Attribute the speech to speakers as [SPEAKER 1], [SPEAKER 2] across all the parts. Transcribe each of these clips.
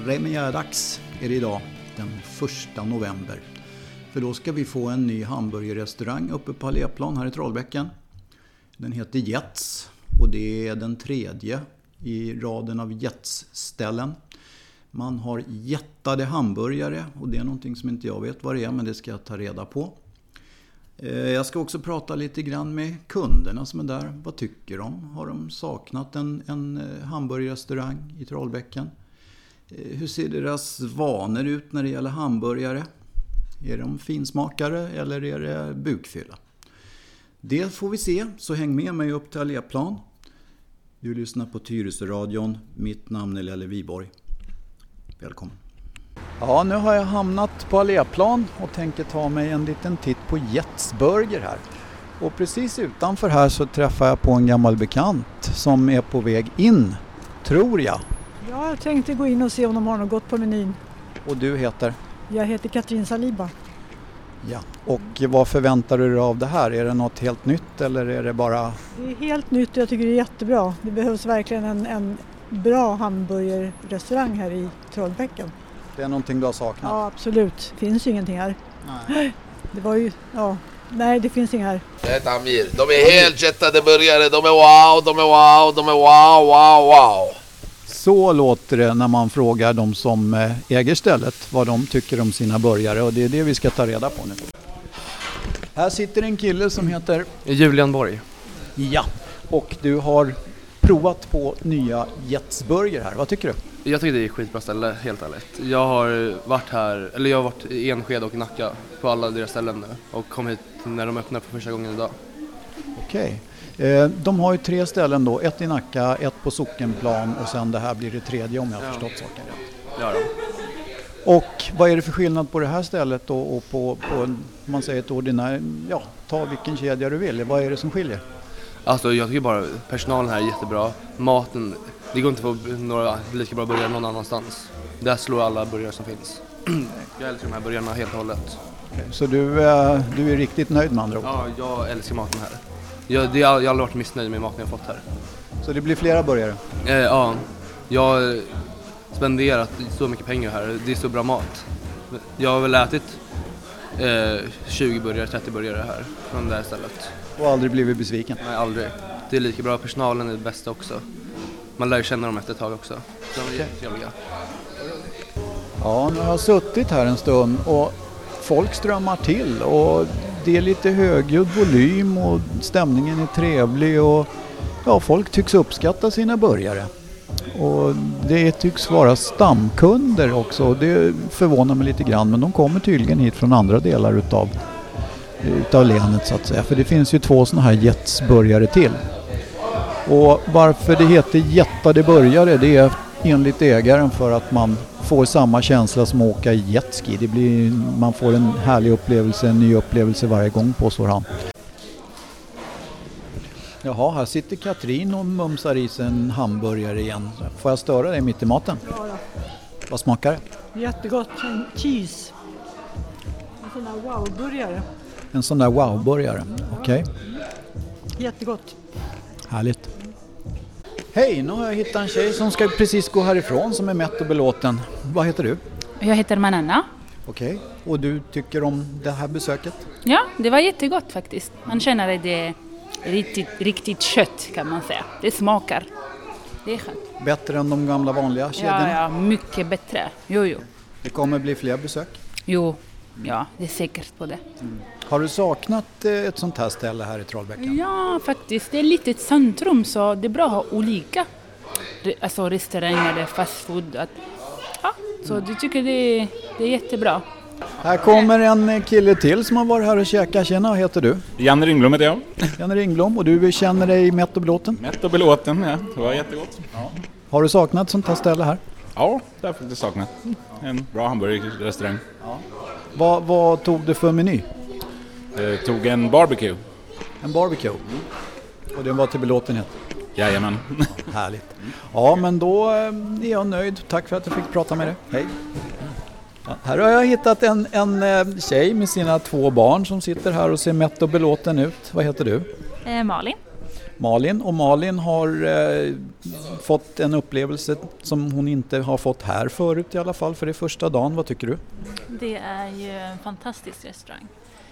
[SPEAKER 1] Premiärdags är det idag, den 1 november. För då ska vi få en ny hamburgerrestaurang uppe på Alléplan här i Trollbäcken. Den heter Jets och det är den tredje i raden av Jets-ställen. Man har jättade hamburgare och det är någonting som inte jag vet vad det är, men det ska jag ta reda på. Jag ska också prata lite grann med kunderna som är där. Vad tycker de? Har de saknat en hamburgerrestaurang i Trollbäcken? Hur ser deras vanor ut när det gäller hamburgare? Är de finsmakare eller är det bukfylla? Det får vi se, så häng med mig upp till Alléplan. Du lyssnar på Tyresöradion. Mitt namn är Lelle Viborg. Välkommen. Ja, nu har jag hamnat på Alléplan och tänker ta mig en liten titt på Jets Burger här. Och precis utanför här så träffar jag på en gammal bekant som är på väg in, tror jag.
[SPEAKER 2] Ja, jag tänkte gå in och se om de har något gott på menyn.
[SPEAKER 1] Och du heter?
[SPEAKER 2] Jag heter Katrin Saliba.
[SPEAKER 1] Ja, och vad förväntar du dig av det här? Är det något helt nytt eller är det bara...
[SPEAKER 2] Det är helt nytt och jag tycker det är jättebra. Det behövs verkligen en bra hamburgerrestaurang här i Trollbäcken.
[SPEAKER 1] Det är någonting du har saknat?
[SPEAKER 2] Ja, absolut. Det finns ju ingenting här.
[SPEAKER 1] Nej.
[SPEAKER 2] Det var ju... Ja. Nej, det finns inget här.
[SPEAKER 3] Jag heter Amir. De är helt jättade burgare. De är wow, de är wow, de är wow, wow, wow.
[SPEAKER 1] Så låter det när man frågar de som äger stället vad de tycker om sina burgare, och det är det vi ska ta reda på nu. Här sitter en kille som heter
[SPEAKER 4] Julian Borg.
[SPEAKER 1] Ja, och du har provat på nya Jets Burger här. Vad tycker du?
[SPEAKER 4] Jag tycker det är ett skitbra ställe, helt ärligt. Jag har varit här, eller jag har varit i Enskede och Nacka på alla deras ställen nu och kom hit när de öppnar för första gången idag.
[SPEAKER 1] Okej. De har ju 3 ställen då, ett i Nacka, ett på Sockenplan och sen det här blir det tredje om jag har förstått saken rätt.
[SPEAKER 4] Ja då.
[SPEAKER 1] Och vad är det för skillnad på det här stället och på man säger ett ordinär, ja, ta vilken kedja du vill, vad är det som skiljer?
[SPEAKER 4] Alltså jag tycker bara personalen här är jättebra, maten, det går inte att få några lika bra burgare någon annanstans. Där slår alla burgare som finns. Jag älskar de här burgarna helt och hållet.
[SPEAKER 1] Okay, så du är riktigt nöjd med andra ord?
[SPEAKER 4] Ja, jag älskar maten här. Jag har aldrig varit missnöjd med maten jag fått här.
[SPEAKER 1] Så det blir flera burgare?
[SPEAKER 4] Ja, jag har spenderat så mycket pengar här. Det är så bra mat. Jag har väl ätit 20 burgare, 30 burgare här från det här stället.
[SPEAKER 1] Och aldrig blivit besviken?
[SPEAKER 4] Nej, aldrig. Det är lika bra. Personalen är det bästa också. Man lär ju känna dem efter ett tag också. De är jättetrevliga.
[SPEAKER 1] Ja, nu har jag suttit här en stund och folk strömmar till och det är lite högljudd volym och stämningen är trevlig och ja, folk tycks uppskatta sina burgare. Och det tycks vara stamkunder också och det förvånar mig lite grann, men de kommer tydligen hit från andra delar utav länet så att säga. För det finns ju 2 såna här Jets-burgare till. Och varför det heter jättade burgare, det är enligt ägaren för att man får samma känsla som att åka i jetski. Man får en härlig upplevelse, en ny upplevelse varje gång på sådan. Jaha, här sitter Katrin och mumsar i sig en hamburgare igen. Får jag störa dig mitt i maten?
[SPEAKER 2] Ja då.
[SPEAKER 1] Vad smakar det?
[SPEAKER 2] Jättegott. En cheese. En sån där wow-burgare.
[SPEAKER 1] En sån där wow-burgare, okej.
[SPEAKER 2] Jättegott.
[SPEAKER 1] Härligt. Hej, nu har jag hittat en tjej som ska precis gå härifrån som är mätt och belåten. Vad heter du?
[SPEAKER 5] Jag heter Manana.
[SPEAKER 1] Okej, och du tycker om det här besöket?
[SPEAKER 5] Ja, det var jättegott faktiskt. Man känner att det är riktigt kött kan man säga. Det smakar. Det är skönt.
[SPEAKER 1] Bättre än de gamla vanliga kedjorna?
[SPEAKER 5] Ja, mycket bättre. Jo.
[SPEAKER 1] Det kommer bli fler besök?
[SPEAKER 5] Jo, ja, det är säkert på det.
[SPEAKER 1] Mm. Har du saknat ett sånt här ställe här i Trollbäcken?
[SPEAKER 5] Ja, faktiskt. Det är lite ett centrum så det är bra att ha olika restauranger eller fast food. Så du tycker det är jättebra.
[SPEAKER 1] Här kommer en kille till som har varit här och käkat. Tjena, vad heter du?
[SPEAKER 6] Janne Ringblom heter jag.
[SPEAKER 1] Janne Ringblom, och du känner dig mätt och belåten?
[SPEAKER 6] Mätt och belåten, ja. Det var jättegott. Ja.
[SPEAKER 1] Har du saknat sånt här ställe här?
[SPEAKER 6] Ja, det har jag faktiskt saknat. En bra hamburgerrestaurang.
[SPEAKER 1] Ja. Vad tog du för meny?
[SPEAKER 6] Tog en barbecue.
[SPEAKER 1] En barbecue? Och den var till belåtenhet?
[SPEAKER 6] Jajamän.
[SPEAKER 1] Härligt. Ja, men då är jag nöjd. Tack för att jag fick prata med dig. Hej. Ja, här har jag hittat en tjej med sina 2 barn som sitter här och ser mätt och belåten ut. Vad heter du?
[SPEAKER 7] Malin.
[SPEAKER 1] Malin. Och Malin har fått en upplevelse som hon inte har fått här förut i alla fall för det första dagen. Vad tycker du?
[SPEAKER 7] Det är ju en fantastisk restaurang.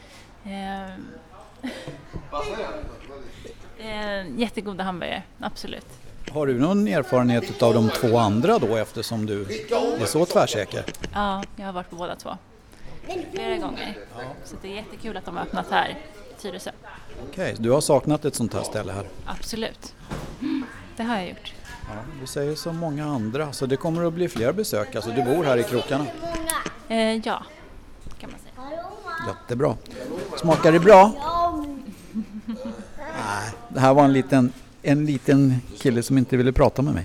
[SPEAKER 7] Jättegoda hamburgare, absolut.
[SPEAKER 1] Har du någon erfarenhet av de två andra då eftersom du är så tvärsäker?
[SPEAKER 7] Ja, jag har varit på båda två. Flera gånger. Så det är jättekul att de har öppnat här i Tyresö.
[SPEAKER 1] Okej, du har saknat ett sånt här ställe här?
[SPEAKER 7] Absolut. Det har jag gjort.
[SPEAKER 1] Ja, du säger som många andra, så det kommer att bli fler besök. Alltså du bor här i krokarna?
[SPEAKER 7] Ja, kan man säga.
[SPEAKER 1] Jättebra. Smakar det bra? Nej, det här var en liten kille som inte ville prata med mig.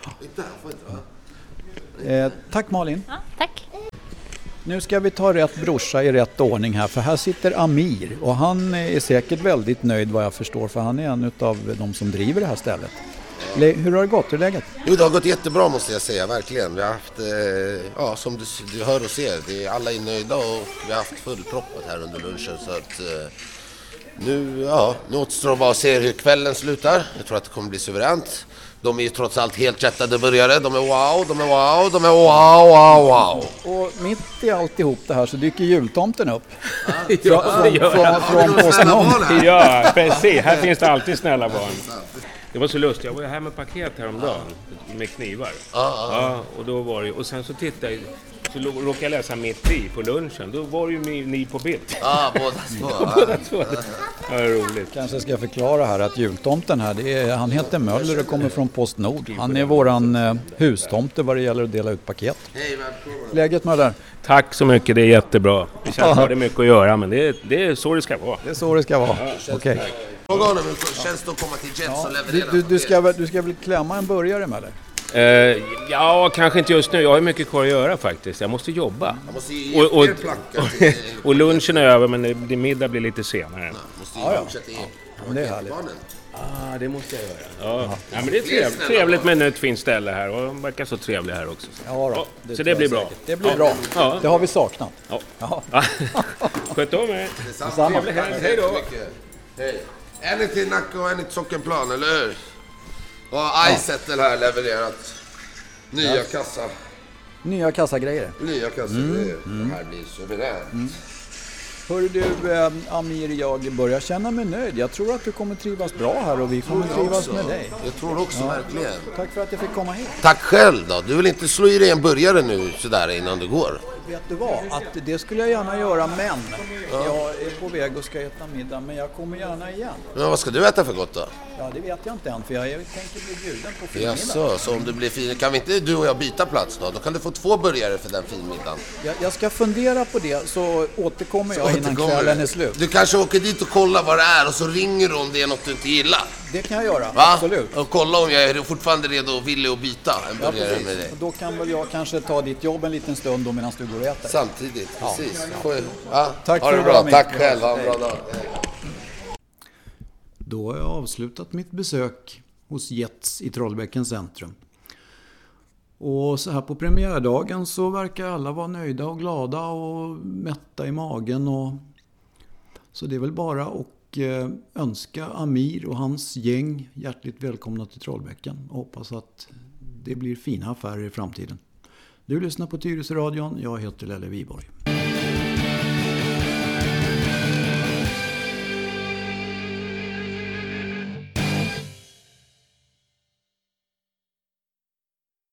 [SPEAKER 1] Tack Malin.
[SPEAKER 7] Ja, tack.
[SPEAKER 1] Nu ska vi ta rätt brorsa i rätt ordning här, för här sitter Amir och han är säkert väldigt nöjd vad jag förstår, för han är en av de som driver det här stället. Hur har det gått? Hur är läget?
[SPEAKER 3] Jo, det har gått jättebra måste jag säga, verkligen. Vi har haft, som du hör och ser, alla är nöjda och vi har haft fullproppat här under lunchen. Så att nu återstår bara att se hur kvällen slutar. Jag tror att det kommer bli suveränt. De är ju trots allt helt jättade burgare. De är wow.
[SPEAKER 1] Och mitt i alltihop det här så dyker jultomten upp.
[SPEAKER 8] Från Postnord. Ja, precis. Här finns det alltid snälla barn. Det var så lustigt. Jag var här med paket häromdagen med knivar. Ja, och då var det, och sen så tittade jag, så råkade jag läsa mitt i på lunchen. Då var ju ni på bild.
[SPEAKER 3] Ja, båda två.
[SPEAKER 8] Ja, roligt.
[SPEAKER 1] Kanske ska jag förklara här att jultomten här, han heter Möller och kommer från Postnord. Han är våran hustomte vad det gäller att dela ut paket. Läget Möller?
[SPEAKER 8] Tack så mycket, det är jättebra. Det känns att det är mycket att göra, men det är så det ska vara.
[SPEAKER 1] Det är så det ska vara, okej.
[SPEAKER 3] Fråga honom hur känns det att komma till Jets och leverera?
[SPEAKER 1] Du ska väl klämma en burgare med eller?
[SPEAKER 8] Ja, kanske inte just nu. Jag har mycket kvar att göra faktiskt. Jag måste jobba. Och lunchen är över, men det middag blir lite senare.
[SPEAKER 1] Det är härligt.
[SPEAKER 8] Det måste jag göra. Ja, men det är trevligt med ett fint ställe här. Och de verkar så trevliga här också.
[SPEAKER 1] Ja,
[SPEAKER 8] så det blir bra.
[SPEAKER 1] Det blir bra. Ja. Det har vi saknat.
[SPEAKER 8] Ja. Sköt om er.
[SPEAKER 1] Trevlig
[SPEAKER 3] helg. Hej då. Hej. En är till Nacka och en är till Sockenplan, eller hur? Och iSettle här levererat.
[SPEAKER 1] Nya kassagrejer.
[SPEAKER 3] Nya kassagrejer. Det här blir suveränt.
[SPEAKER 1] Hör du Amir, jag börjar känna mig nöjd. Jag tror att du kommer trivas bra här och vi kommer trivas med dig.
[SPEAKER 3] Jag tror också verkligen.
[SPEAKER 1] Tack för att jag fick komma hit.
[SPEAKER 3] Tack själv då. Du vill inte slå i dig en burgare nu sådär innan du går?
[SPEAKER 1] Vet du vad? Att det skulle jag gärna göra, men jag är på väg och ska äta middag, men jag kommer gärna igen.
[SPEAKER 3] Men vad ska du äta för gott då?
[SPEAKER 1] Ja, det vet jag inte än, för jag tänker bli bjuden på finmiddag.
[SPEAKER 3] Så om du blir fin, kan vi inte du och jag byta plats då? Då kan du få 2 burgare för den finmiddagen.
[SPEAKER 1] Jag ska fundera på det, så återkommer jag innan kvällen är slut.
[SPEAKER 3] Du kanske åker dit och kollar vad det är och så ringer du om det är något du inte gillar.
[SPEAKER 1] Det kan jag göra,
[SPEAKER 3] va?
[SPEAKER 1] Absolut.
[SPEAKER 3] Och kolla om jag är fortfarande redo och villig att byta en burgare med dig.
[SPEAKER 1] Och då kan väl jag kanske ta ditt jobb en liten stund då medan du går och äter.
[SPEAKER 3] Samtidigt, precis.
[SPEAKER 1] Tack
[SPEAKER 3] ha det bra, tack själv, ha en bra dag.
[SPEAKER 1] Då har jag avslutat mitt besök hos Jets i Trollbäckens centrum. Och så här på premiärdagen så verkar alla vara nöjda och glada och mätta i magen. Så det är väl bara att önska Amir och hans gäng hjärtligt välkomna till Trollbäcken och hoppas att det blir fina affärer i framtiden. Du lyssnar på Tyresö radion, jag heter Lelle Viborg.